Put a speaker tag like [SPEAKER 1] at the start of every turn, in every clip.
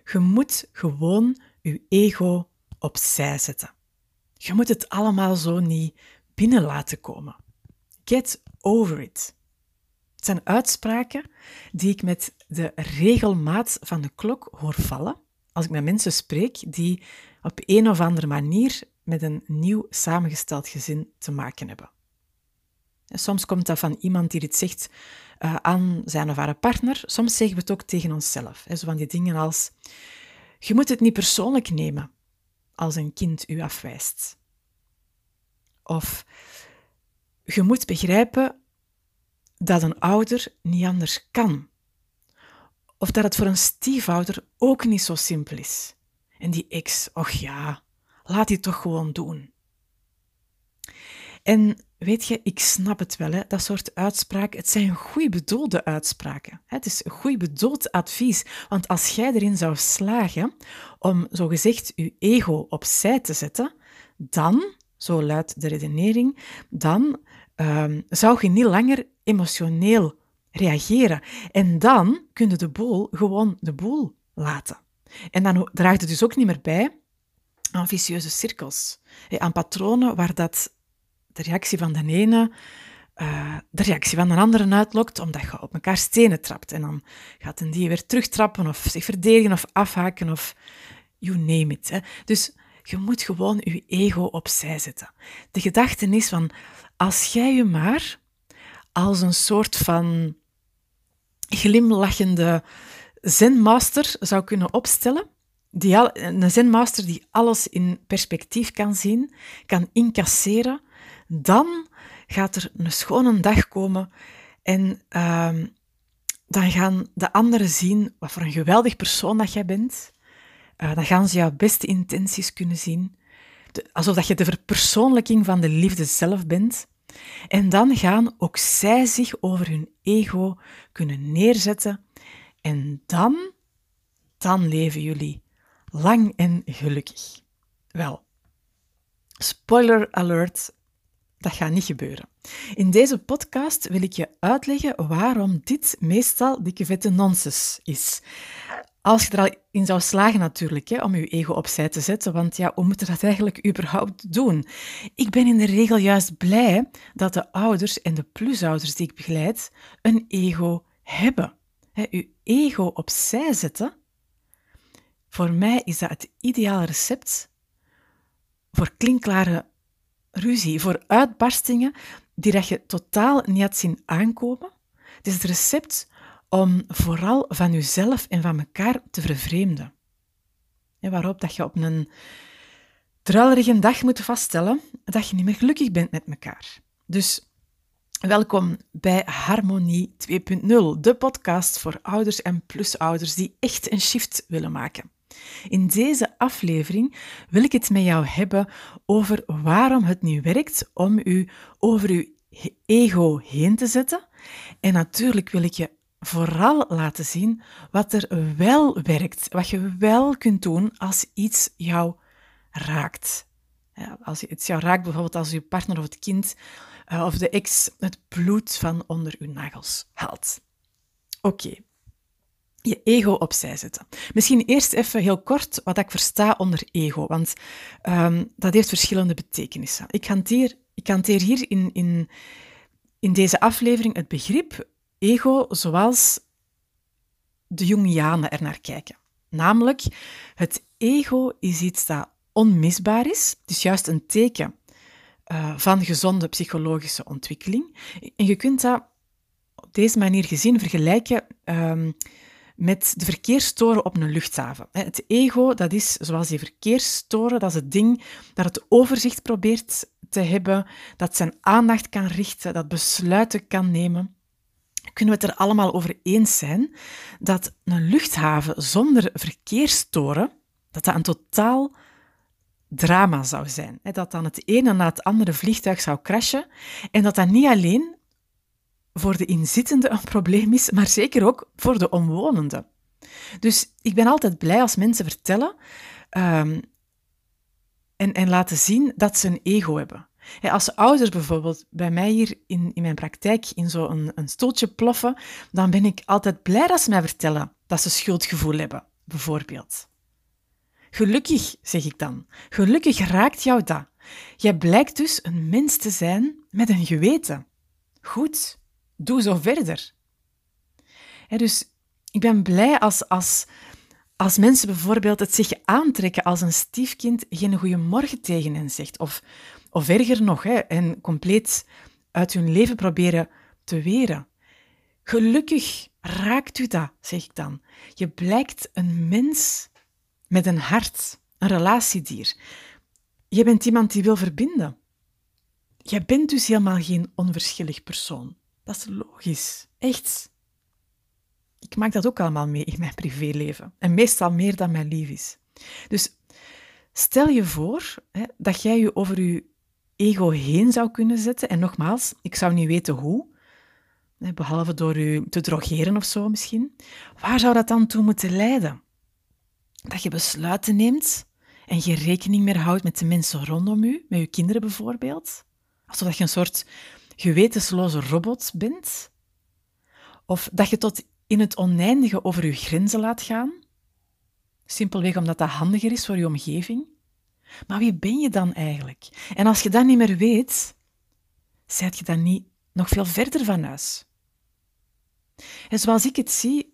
[SPEAKER 1] Je moet gewoon je ego opzij zetten. Je moet het allemaal zo niet binnen laten komen. Get over it. Het zijn uitspraken die ik met de regelmaat van de klok hoor vallen als ik met mensen spreek die op een of andere manier met een nieuw samengesteld gezin te maken hebben. En soms komt dat van iemand die dit zegt aan zijn of haar partner. Soms zeggen we het ook tegen onszelf. Zo van die dingen als: je moet het niet persoonlijk nemen als een kind u afwijst. Of je moet begrijpen dat een ouder niet anders kan. Of dat het voor een stiefouder ook niet zo simpel is. En die ex, och ja, laat die toch gewoon doen. En weet je, ik snap het wel, dat soort uitspraken. Het zijn goed bedoelde uitspraken. Het is een goed bedoeld advies. Want als jij erin zou slagen om zogezegd je ego opzij te zetten, dan, zo luidt de redenering, dan zou je niet langer emotioneel reageren. En dan kun je de boel gewoon de boel laten. En dan draagt het dus ook niet meer bij aan vicieuze cirkels. Aan patronen waar dat de reactie van de ene de reactie van de andere uitlokt, omdat je op elkaar stenen trapt. En dan gaat een die weer terugtrappen of zich verdedigen of afhaken of you name it. Dus je moet gewoon je ego opzij zetten. De gedachte is van, als jij je maar als een soort van glimlachende zenmaster zou kunnen opstellen, een zenmaster die alles in perspectief kan zien, kan incasseren, dan gaat er een schone dag komen en dan gaan de anderen zien wat voor een geweldig persoon dat jij bent. Dan gaan ze jouw beste intenties kunnen zien, alsof dat je de verpersoonlijking van de liefde zelf bent. En dan gaan ook zij zich over hun ego kunnen neerzetten. En dan leven jullie lang en gelukkig. Wel, spoiler alert, dat gaat niet gebeuren. In deze podcast wil ik je uitleggen waarom dit meestal dikke vette nonsens is. Als je er al in zou slagen natuurlijk, om je ego opzij te zetten, want ja, hoe moet je dat eigenlijk überhaupt doen? Ik ben in de regel juist blij dat de ouders en de plusouders die ik begeleid een ego hebben. Je ego opzij zetten, voor mij is dat het ideale recept voor klinkklare ruzie, voor uitbarstingen die dat je totaal niet had zien aankomen. Het is het recept om vooral van jezelf en van elkaar te vervreemden. Waarop dat je op een druilerige dag moet vaststellen dat je niet meer gelukkig bent met elkaar. Dus welkom bij Harmonie 2.0, de podcast voor ouders en plusouders die echt een shift willen maken. In deze aflevering wil ik het met jou hebben over waarom het niet werkt om u over uw ego heen te zetten. En natuurlijk wil ik je vooral laten zien wat er wel werkt, wat je wel kunt doen als iets jou raakt. Als iets jou raakt, bijvoorbeeld als je partner of het kind of de ex het bloed van onder uw nagels haalt. Oké. Je ego opzij zetten. Misschien eerst even heel kort wat ik versta onder ego, want dat heeft verschillende betekenissen. Ik hanteer hier in deze aflevering het begrip ego zoals de Jungianen ernaar kijken. Namelijk, het ego is iets dat onmisbaar is. Het is juist een teken van gezonde psychologische ontwikkeling. En je kunt dat op deze manier gezien vergelijken met de verkeerstoren op een luchthaven. Het ego, dat is zoals die verkeerstoren, dat is het ding dat het overzicht probeert te hebben, dat zijn aandacht kan richten, dat besluiten kan nemen. Kunnen we het er allemaal over eens zijn dat een luchthaven zonder verkeerstoren, dat een totaal drama zou zijn. Dat dan het ene na het andere vliegtuig zou crashen en dat niet alleen voor de inzittenden een probleem is, maar zeker ook voor de omwonenden. Dus ik ben altijd blij als mensen vertellen en laten zien dat ze een ego hebben. Als ouders bijvoorbeeld bij mij hier in mijn praktijk in zo'n een stoeltje ploffen, dan ben ik altijd blij dat ze mij vertellen dat ze schuldgevoel hebben. bijvoorbeeld. Gelukkig, zeg ik dan. Gelukkig raakt jou dat. Jij blijkt dus een mens te zijn met een geweten. Goed, doe zo verder. Dus ik ben blij als mensen bijvoorbeeld het zich aantrekken als een stiefkind geen goeiemorgen tegen hen zegt. Of erger nog, en compleet uit hun leven proberen te weren. Gelukkig raakt u dat, zeg ik dan. Je blijkt een mens met een hart, een relatiedier. Je bent iemand die wil verbinden. Je bent dus helemaal geen onverschillig persoon. Dat is logisch, echt. Ik maak dat ook allemaal mee in mijn privéleven. En meestal meer dan mij lief is. Dus stel je voor dat jij je over je ego heen zou kunnen zetten. En nogmaals, ik zou niet weten hoe. Behalve door je te drogeren of zo misschien. Waar zou dat dan toe moeten leiden? Dat je besluiten neemt en geen rekening meer houdt met de mensen rondom u, met je kinderen bijvoorbeeld. Alsof je een soort gewetensloze robot bent. Of dat je tot in het oneindige over je grenzen laat gaan. Simpelweg omdat dat handiger is voor je omgeving. Maar wie ben je dan eigenlijk? En als je dat niet meer weet, zijt je dan niet nog veel verder van huis. En zoals ik het zie,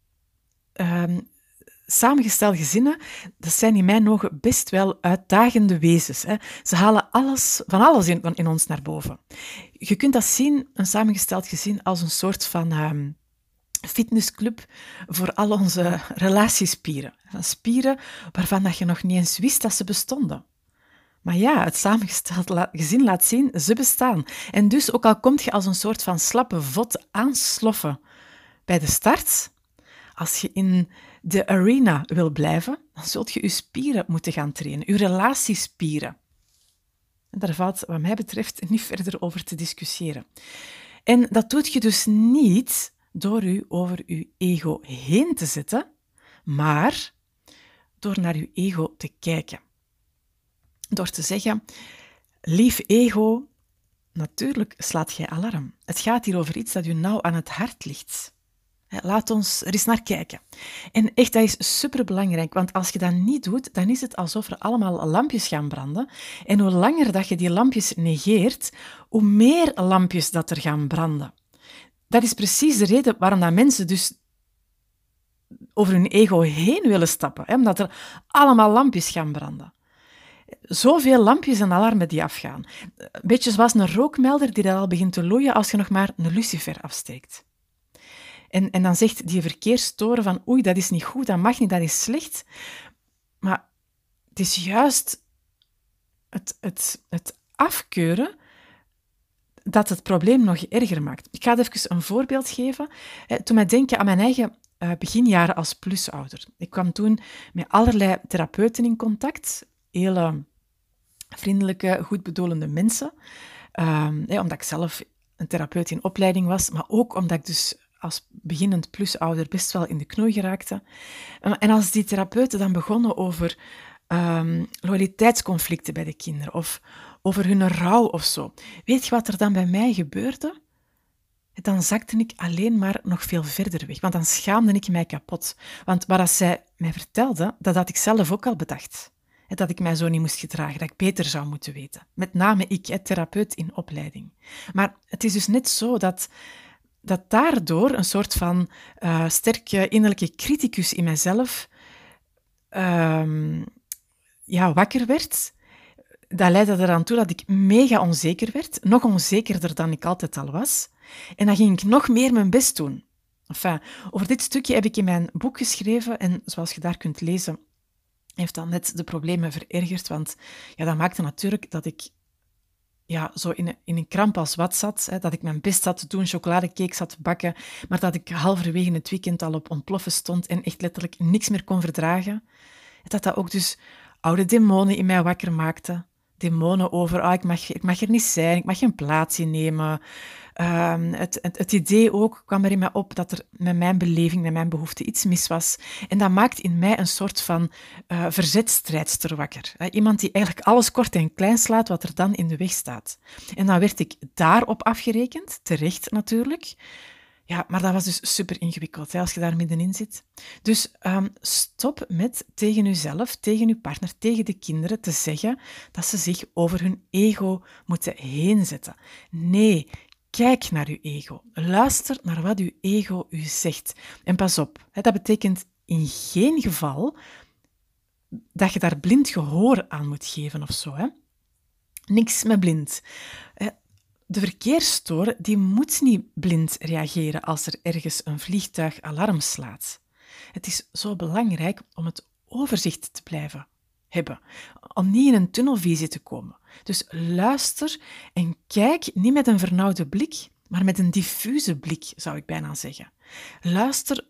[SPEAKER 1] samengestelde gezinnen, dat zijn in mijn ogen best wel uitdagende wezens. Ze halen van alles in ons naar boven. Je kunt dat zien, een samengesteld gezin, als een soort van fitnessclub voor al onze relatiespieren. Spieren waarvan dat je nog niet eens wist dat ze bestonden. Maar ja, het samengesteld gezin laat zien, ze bestaan. En dus, ook al kom je als een soort van slappe vod aansloffen bij de start, als je in de arena wil blijven, dan zult je je spieren moeten gaan trainen, je relatiespieren. En daar valt, wat mij betreft, niet verder over te discussiëren. En dat doe je dus niet door u over je ego heen te zetten, maar door naar je ego te kijken. Door te zeggen, lief ego, natuurlijk slaat jij alarm. Het gaat hier over iets dat u nauw aan het hart ligt. Laat ons er eens naar kijken. En echt, dat is superbelangrijk, want als je dat niet doet, dan is het alsof er allemaal lampjes gaan branden. En hoe langer dat je die lampjes negeert, hoe meer lampjes dat er gaan branden. Dat is precies de reden waarom dat mensen dus over hun ego heen willen stappen, omdat er allemaal lampjes gaan branden. Zoveel lampjes en alarmen die afgaan. Een beetje zoals een rookmelder die al begint te loeien als je nog maar een lucifer afsteekt. En dan zegt die verkeerstoren van oei, dat is niet goed, dat mag niet, dat is slecht. Maar het is juist het afkeuren dat het probleem nog erger maakt. Ik ga even een voorbeeld geven. Toen mij denken aan mijn eigen beginjaren als plusouder. Ik kwam toen met allerlei therapeuten in contact, hele vriendelijke, goedbedoelende mensen, omdat ik zelf een therapeut in opleiding was, maar ook omdat ik dus als beginnend plusouder best wel in de knoei geraakte. En als die therapeuten dan begonnen over loyaliteitsconflicten bij de kinderen of over hun rouw of zo, weet je wat er dan bij mij gebeurde? Dan zakte ik alleen maar nog veel verder weg, want dan schaamde ik mij kapot. Want wat zij mij vertelde, dat had ik zelf ook al bedacht. Dat ik mij zo niet moest gedragen, dat ik beter zou moeten weten. Met name ik, therapeut in opleiding. Maar het is dus net zo dat daardoor een soort van sterke innerlijke criticus in mijzelf wakker werd. Dat leidde eraan toe dat ik mega onzeker werd, nog onzekerder dan ik altijd al was. En dan ging ik nog meer mijn best doen. Enfin, over dit stukje heb ik in mijn boek geschreven en zoals je daar kunt lezen, heeft dat net de problemen verergerd, want dat maakte natuurlijk dat ik zo in een kramp als wat zat, dat ik mijn best zat te doen, chocoladecake zat te bakken, maar dat ik halverwege het weekend al op ontploffen stond en echt letterlijk niks meer kon verdragen. Dat ook dus oude demonen in mij wakker maakte. Demonen over, ik mag er niet zijn, ik mag geen plaats innemen. Het idee ook kwam er in mij op dat er met mijn beleving, met mijn behoefte iets mis was. En dat maakt in mij een soort van verzetstrijdster wakker. Iemand die eigenlijk alles kort en klein slaat wat er dan in de weg staat. En dan werd ik daarop afgerekend, terecht natuurlijk. Ja, maar dat was dus super ingewikkeld, hè, als je daar middenin zit. Dus stop met tegen jezelf, tegen je partner, tegen de kinderen te zeggen dat ze zich over hun ego moeten heen zetten. Nee, kijk naar je ego. Luister naar wat je ego u zegt. En pas op, hè, dat betekent in geen geval dat je daar blind gehoor aan moet geven of zo. Hè. Niks met blind. De verkeersstoor die moet niet blind reageren als er ergens een vliegtuig alarm slaat. Het is zo belangrijk om het overzicht te blijven hebben, om niet in een tunnelvisie te komen. Dus luister en kijk niet met een vernauwde blik, maar met een diffuse blik, zou ik bijna zeggen. Luister,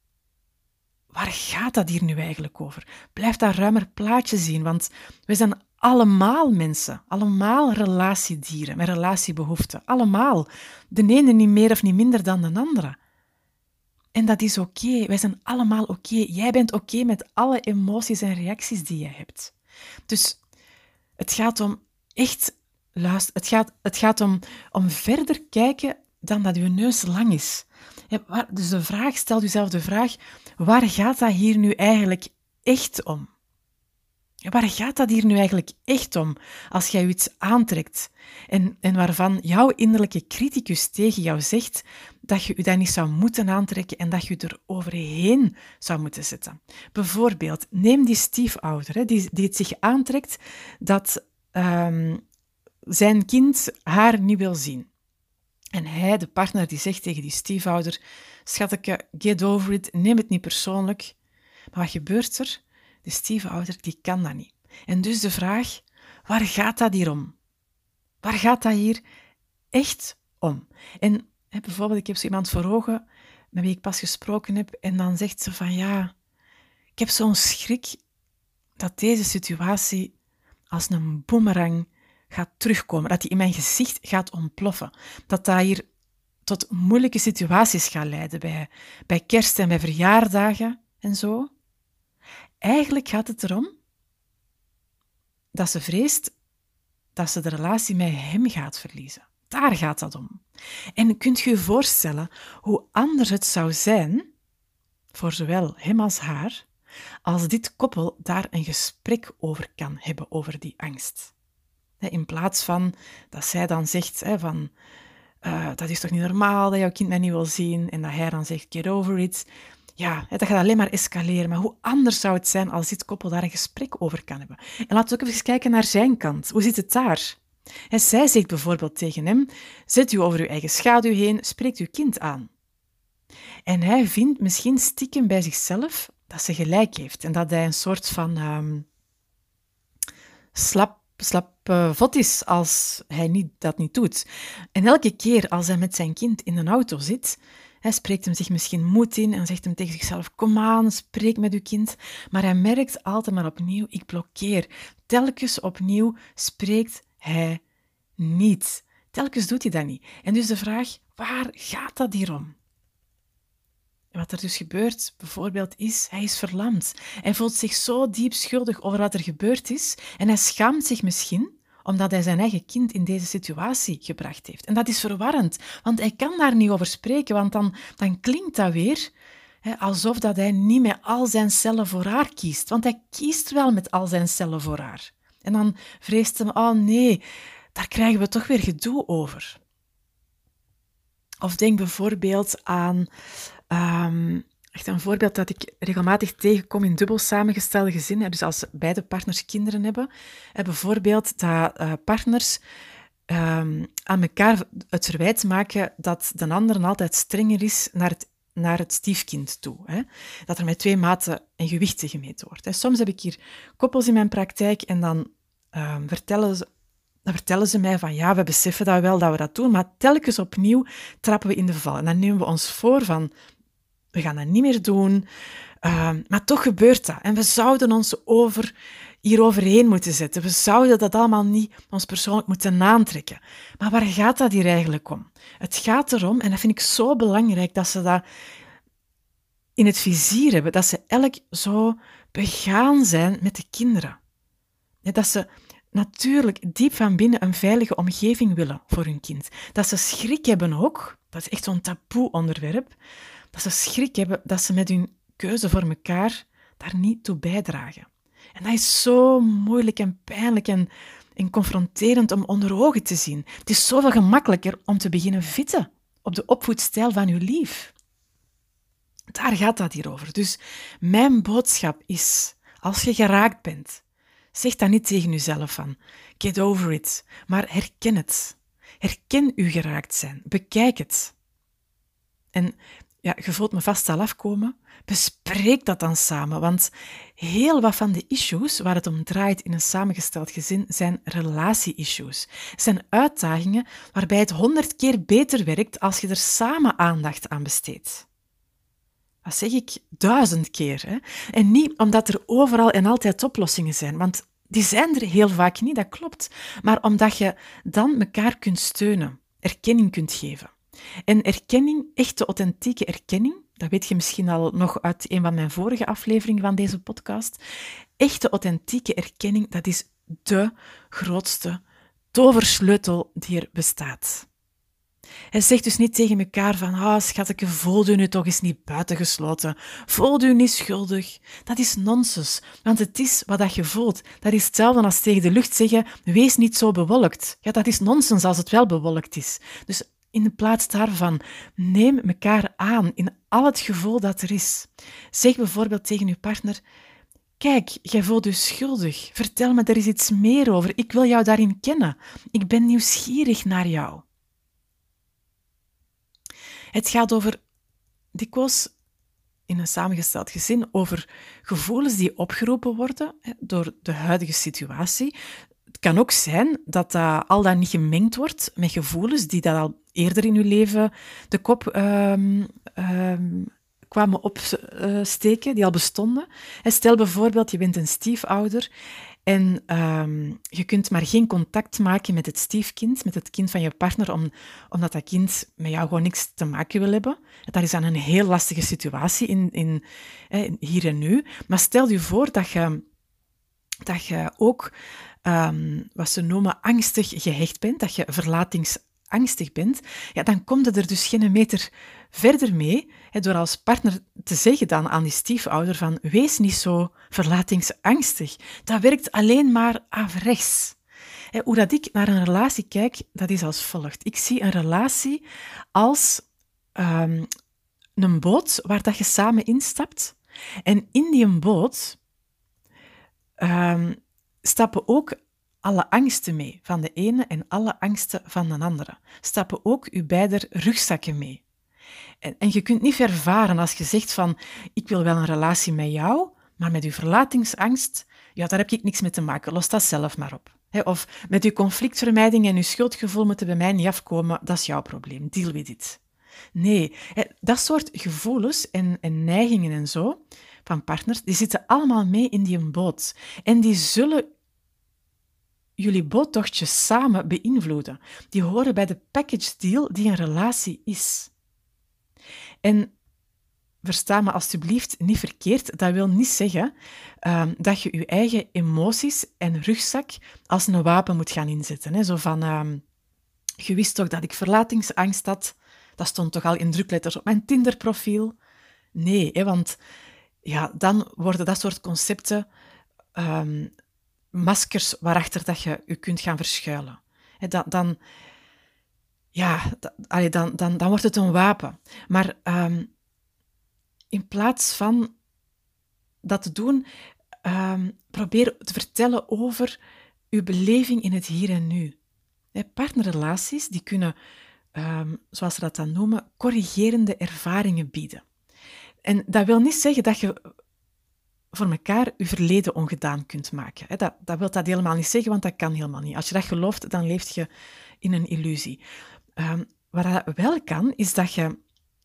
[SPEAKER 1] waar gaat dat hier nu eigenlijk over? Blijf dat ruimer plaatje zien, want we zijn allemaal mensen, allemaal relatiedieren met relatiebehoeften, allemaal. De ene niet meer of niet minder dan de andere. En dat is oké, wij zijn allemaal oké. Jij bent oké met alle emoties en reacties die je hebt. Dus het gaat om echt luisteren, het gaat om verder kijken dan dat je neus lang is. Dus stel jezelf de vraag, waar gaat dat hier nu eigenlijk echt om? Waar gaat dat hier nu eigenlijk echt om als jij iets aantrekt en waarvan jouw innerlijke criticus tegen jou zegt dat je dat niet zou moeten aantrekken en dat je er overheen zou moeten zetten? Bijvoorbeeld, neem die stiefouder die het zich aantrekt dat zijn kind haar niet wil zien. En hij, de partner, die zegt tegen die stiefouder, schatje, get over it, neem het niet persoonlijk. Maar wat gebeurt er? De stiefouder, die kan dat niet. En dus de vraag, waar gaat dat hier om? Waar gaat dat hier echt om? En bijvoorbeeld, ik heb zo iemand voor ogen met wie ik pas gesproken heb en dan zegt ze van ja, ik heb zo'n schrik dat deze situatie als een boemerang gaat terugkomen, dat die in mijn gezicht gaat ontploffen, dat hier tot moeilijke situaties gaat leiden bij kerst en bij verjaardagen en zo. Eigenlijk gaat het erom dat ze vreest dat ze de relatie met hem gaat verliezen. Daar gaat dat om. En kunt je je voorstellen hoe anders het zou zijn, voor zowel hem als haar, als dit koppel daar een gesprek over kan hebben, over die angst. In plaats van dat zij dan zegt van, dat is toch niet normaal dat jouw kind mij niet wil zien, en dat hij dan zegt, get over it. Ja, dat gaat alleen maar escaleren. Maar hoe anders zou het zijn als dit koppel daar een gesprek over kan hebben? En laten we ook even kijken naar zijn kant. Hoe zit het daar? En zij zegt bijvoorbeeld tegen hem, zet u over uw eigen schaduw heen, spreekt uw kind aan. En hij vindt misschien stiekem bij zichzelf dat ze gelijk heeft en dat hij een soort van slap vod is als hij dat niet doet. En elke keer als hij met zijn kind in een auto zit, hij spreekt hem zich misschien moed in en zegt hem tegen zichzelf, kom aan, spreek met uw kind. Maar hij merkt altijd maar opnieuw, ik blokkeer. Telkens opnieuw spreekt hij niet. Telkens doet hij dat niet. En dus de vraag, waar gaat dat hier om? En wat er dus gebeurt, bijvoorbeeld, is, hij is verlamd. Hij voelt zich zo diep schuldig over wat er gebeurd is en hij schaamt zich misschien omdat hij zijn eigen kind in deze situatie gebracht heeft. En dat is verwarrend, want hij kan daar niet over spreken, want dan klinkt dat weer alsof dat hij niet met al zijn cellen voor haar kiest. Want hij kiest wel met al zijn cellen voor haar. En dan vreest hij, oh nee, daar krijgen we toch weer gedoe over. Of denk bijvoorbeeld aan echt een voorbeeld dat ik regelmatig tegenkom in dubbel samengestelde gezinnen. Dus als beide partners kinderen hebben. Bijvoorbeeld dat partners aan elkaar het verwijt maken dat de ander altijd strenger is naar het stiefkind toe. Hè? Dat er met 2 maten en gewichten gemeten wordt. Hè? Soms heb ik hier koppels in mijn praktijk en dan vertellen ze mij van ja, we beseffen dat wel dat we dat doen, maar telkens opnieuw trappen we in de val. En dan nemen we ons voor van, we gaan dat niet meer doen, maar toch gebeurt dat. En we zouden ons hier overheen moeten zetten. We zouden dat allemaal niet ons persoonlijk moeten aantrekken. Maar waar gaat dat hier eigenlijk om? Het gaat erom, en dat vind ik zo belangrijk, dat ze dat in het vizier hebben, dat ze elk zo begaan zijn met de kinderen. Dat ze natuurlijk diep van binnen een veilige omgeving willen voor hun kind. Dat ze schrik hebben ook, dat is echt zo'n taboe onderwerp, dat ze schrik hebben dat ze met hun keuze voor elkaar daar niet toe bijdragen. En dat is zo moeilijk en pijnlijk en confronterend om onder ogen te zien. Het is zoveel gemakkelijker om te beginnen vitten op de opvoedstijl van uw lief. Daar gaat dat hier over. Dus mijn boodschap is, als je geraakt bent, zeg dat niet tegen jezelf van, get over it, maar herken het. Herken uw geraakt zijn. Bekijk het. En ja, je voelt me vast al afkomen. Bespreek dat dan samen, want heel wat van de issues waar het om draait in een samengesteld gezin zijn relatie-issues. Zijn uitdagingen waarbij het 100 keer beter werkt als je er samen aandacht aan besteedt. Dat zeg ik 1000 keer. Hè? En niet omdat er overal en altijd oplossingen zijn, want die zijn er heel vaak niet, dat klopt. Maar omdat je dan elkaar kunt steunen, erkenning kunt geven. En erkenning, echte authentieke erkenning, dat weet je misschien al nog uit een van mijn vorige afleveringen van deze podcast. Echte authentieke erkenning, dat is de grootste toversleutel die er bestaat. Hij zegt dus niet tegen elkaar van, schatje, voel je nu toch eens niet buitengesloten. Voel je niet schuldig. Dat is nonsens, want het is wat dat je voelt. Dat is hetzelfde als tegen de lucht zeggen, wees niet zo bewolkt. Ja, dat is nonsens als het wel bewolkt is. Dus in de plaats daarvan, neem elkaar aan in al het gevoel dat er is. Zeg bijvoorbeeld tegen je partner, kijk, jij voelt je schuldig. Vertel me er eens iets meer over. Ik wil jou daarin kennen. Ik ben nieuwsgierig naar jou. Het gaat over, dikwijls in een samengesteld gezin, over gevoelens die opgeroepen worden door de huidige situatie. Het kan ook zijn dat dat al dan niet gemengd wordt met gevoelens die dat al eerder in uw leven de kop kwamen opsteken, die al bestonden. Stel bijvoorbeeld, je bent een stiefouder en je kunt maar geen contact maken met het stiefkind, met het kind van je partner, omdat dat kind met jou gewoon niks te maken wil hebben. Dat is dan een heel lastige situatie in hier en nu. Maar stel je voor dat je ook wat ze noemen angstig gehecht bent, dat je verlatingsangstig bent, ja, dan komt het er dus geen meter verder mee, door als partner te zeggen dan aan die stiefouder van wees niet zo verlatingsangstig. Dat werkt alleen maar averechts. Hoe dat ik naar een relatie kijk, dat is als volgt. Ik zie een relatie als een boot waar dat je samen instapt. En in die boot stappen ook alle angsten mee van de ene en alle angsten van de andere. Stappen ook uw beide rugzakken mee. En je kunt niet vervaren als je zegt van ik wil wel een relatie met jou, maar met uw verlatingsangst, ja, daar heb ik niks mee te maken. Los dat zelf maar op. Of met uw conflictvermijding en uw schuldgevoel moeten bij mij niet afkomen, dat is jouw probleem. Deal with it. Nee, dat soort gevoelens en neigingen en zo van partners, die zitten allemaal mee in die boot. En die zullen jullie boottochtjes samen beïnvloeden. Die horen bij de package deal die een relatie is. En versta me alstublieft niet verkeerd, dat wil niet zeggen dat je je eigen emoties en rugzak als een wapen moet gaan inzetten. Hè? Zo van, je wist toch dat ik verlatingsangst had? Dat stond toch al in drukletters op mijn Tinder-profiel? Nee, hè, want ja, dan worden dat soort concepten maskers waarachter dat je je kunt gaan verschuilen. Hè, dan wordt het een wapen. Maar in plaats van dat te doen, probeer te vertellen over uw beleving in het hier en nu. Partnerrelaties die kunnen, zoals ze dat dan noemen, corrigerende ervaringen bieden. En dat wil niet zeggen dat je voor elkaar je verleden ongedaan kunt maken. Dat wil dat helemaal niet zeggen, want dat kan helemaal niet. Als je dat gelooft, dan leef je in een illusie. Wat dat wel kan, is dat je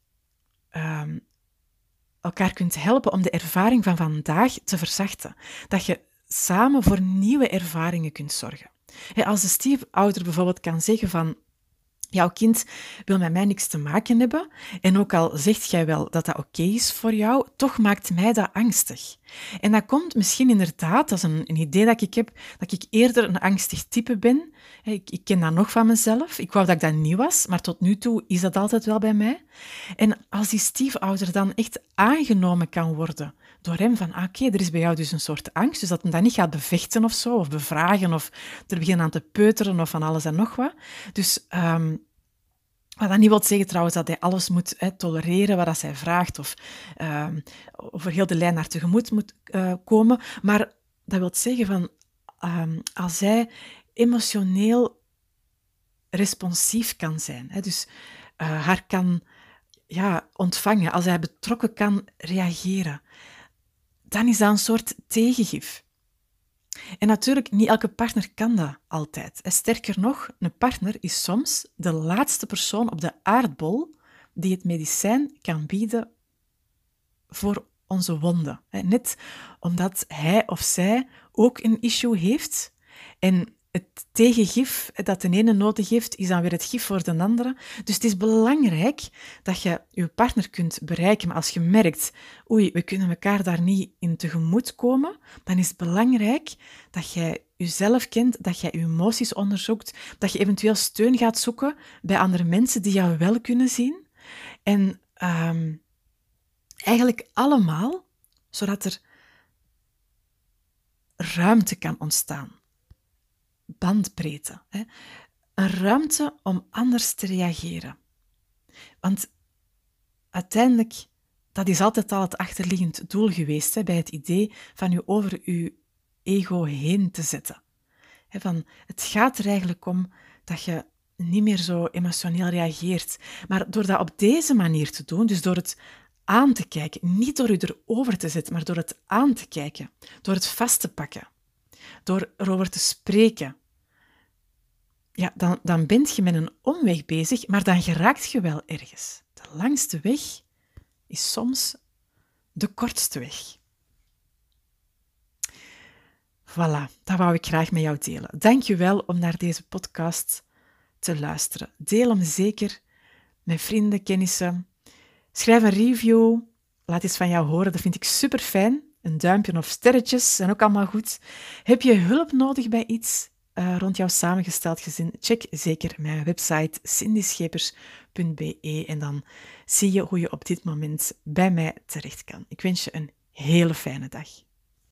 [SPEAKER 1] elkaar kunt helpen om de ervaring van vandaag te verzachten. Dat je samen voor nieuwe ervaringen kunt zorgen. Als de stiefouder bijvoorbeeld kan zeggen van Jouw kind wil met mij niks te maken hebben en ook al zegt jij wel dat dat oké is voor jou, toch maakt mij dat angstig. En dat komt misschien inderdaad, dat is een idee dat ik heb, dat ik eerder een angstig type ben. Ik ken dat nog van mezelf. Ik wou dat ik dat niet was, maar tot nu toe is dat altijd wel bij mij. En als die stiefouder dan echt aangenomen kan worden door hem van, oké, er is bij jou dus een soort angst, dus dat hem dat niet gaat bevechten of zo, of bevragen, of er beginnen aan te peuteren, of van alles en nog wat. Dus wat dat niet wil zeggen trouwens dat hij alles moet tolereren wat dat zij vraagt of over heel de lijn naar tegemoet moet komen. Maar dat wil zeggen van als hij emotioneel responsief kan zijn, dus haar kan ontvangen, als hij betrokken kan reageren, dan is dat een soort tegengif. En natuurlijk, niet elke partner kan dat altijd. En sterker nog, een partner is soms de laatste persoon op de aardbol die het medicijn kan bieden voor onze wonden. Net omdat hij of zij ook een issue heeft en het tegengif dat de ene nodig heeft, is dan weer het gif voor de andere. Dus het is belangrijk dat je je partner kunt bereiken. Maar als je merkt, oei, we kunnen elkaar daar niet in tegemoet komen, dan is het belangrijk dat jij jezelf kent, dat jij je emoties onderzoekt, dat je eventueel steun gaat zoeken bij andere mensen die jou wel kunnen zien. En eigenlijk allemaal, zodat er ruimte kan ontstaan. Bandbreedte. Een ruimte om anders te reageren. Want uiteindelijk, dat is altijd al het achterliggend doel geweest bij het idee van u over uw ego heen te zetten. Van, het gaat er eigenlijk om dat je niet meer zo emotioneel reageert. Maar door dat op deze manier te doen, dus door het aan te kijken, niet door u erover te zetten, maar door het aan te kijken, door het vast te pakken, door erover te spreken, ja, dan ben je met een omweg bezig, maar dan geraakt je wel ergens. De langste weg is soms de kortste weg. Voilà, dat wou ik graag met jou delen. Dank je wel om naar deze podcast te luisteren. Deel hem zeker met vrienden, kennissen. Schrijf een review. Laat iets van jou horen, dat vind ik super fijn. Een duimpje of sterretjes zijn ook allemaal goed. Heb je hulp nodig bij iets rond jouw samengesteld gezin? Check zeker mijn website cindyschepers.be en dan zie je hoe je op dit moment bij mij terecht kan. Ik wens je een hele fijne dag.